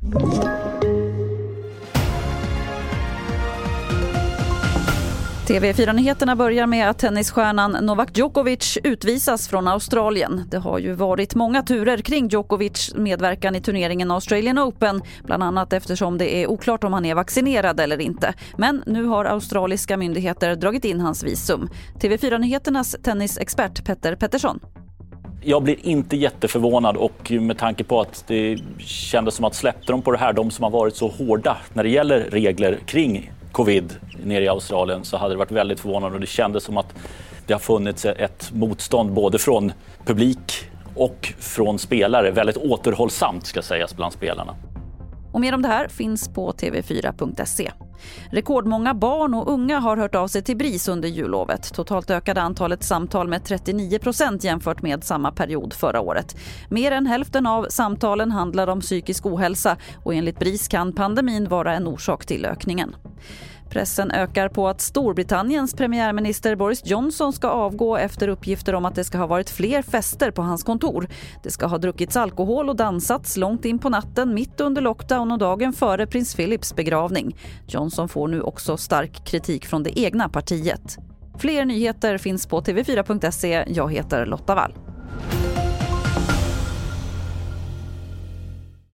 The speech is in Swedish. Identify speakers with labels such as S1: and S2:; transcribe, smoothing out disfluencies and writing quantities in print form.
S1: TV4-nyheterna börjar med att tennisstjärnan Novak Djokovic utvisas från Australien. Det har ju varit många turer kring Djokovics medverkan i turneringen Australian Open, bland annat eftersom det är oklart om han är vaccinerad eller inte. Men nu har australiska myndigheter dragit in hans visum. TV4-nyheternas tennisexpert Petter Pettersson.
S2: Jag blir inte jätteförvånad, och med tanke på att det kändes som att släppte de på det här, de som har varit så hårda när det gäller regler kring covid nere i Australien, så hade det varit väldigt förvånande, och det kändes som att det har funnits ett motstånd både från publik och från spelare, väldigt återhållsamt ska sägas bland spelarna.
S1: Och mer om det här finns på tv4.se. Rekordmånga barn och unga har hört av sig till BRIS under jullovet. Totalt ökade antalet samtal med 39% jämfört med samma period förra året. Mer än hälften av samtalen handlar om psykisk ohälsa, och enligt BRIS kan pandemin vara en orsak till ökningen. Pressen ökar på att Storbritanniens premiärminister Boris Johnson ska avgå efter uppgifter om att det ska ha varit fler fester på hans kontor. Det ska ha druckits alkohol och dansats långt in på natten mitt under lockdown och dagen före prins Philips begravning. Johnson får nu också stark kritik från det egna partiet. Fler nyheter finns på tv4.se. Jag heter Lotta Wall.